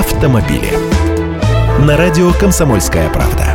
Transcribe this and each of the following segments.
автомобили. На радио «Комсомольская правда».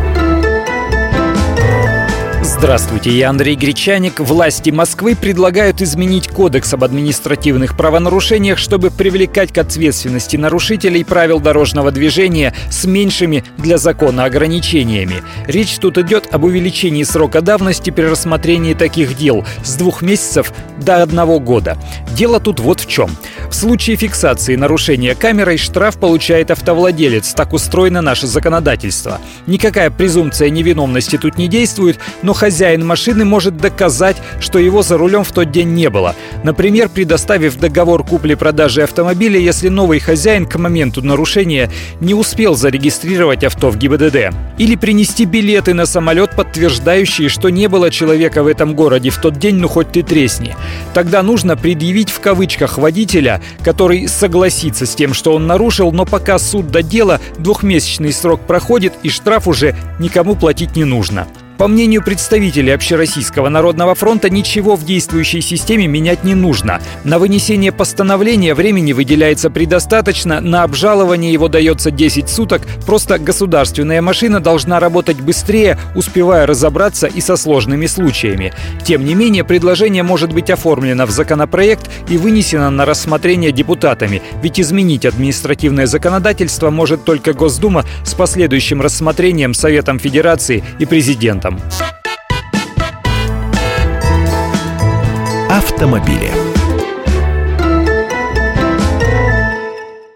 Здравствуйте, я Андрей Гречаник. Власти Москвы предлагают изменить Кодекс об административных правонарушениях, чтобы привлекать к ответственности нарушителей правил дорожного движения с меньшими для закона ограничениями. Речь тут идет об увеличении срока давности при рассмотрении таких дел с 2 месяцев до 1 года. Дело тут вот в чем. В случае фиксации нарушения камерой штраф получает автовладелец. Так устроено наше законодательство. Никакая презумпция невиновности тут не действует, но хозяин машины может доказать, что его за рулем в тот день не было. Например, предоставив договор купли-продажи автомобиля, если новый хозяин к моменту нарушения не успел зарегистрировать авто в ГИБДД. Или принести билеты на самолет, подтверждающие, что не было человека в этом городе в тот день, ну хоть ты тресни. Тогда нужно предъявить в кавычках водителя, который согласится с тем, что он нарушил, но пока суд до дела, 2-месячный срок проходит и штраф уже никому платить не нужно. По мнению представителей Общероссийского народного фронта, ничего в действующей системе менять не нужно. На вынесение постановления времени выделяется предостаточно, на обжалование его дается 10 суток, просто государственная машина должна работать быстрее, успевая разобраться и со сложными случаями. Тем не менее, предложение может быть оформлено в законопроект и вынесено на рассмотрение депутатами, ведь изменить административное законодательство может только Госдума с последующим рассмотрением Советом Федерации и президентом. Автомобили.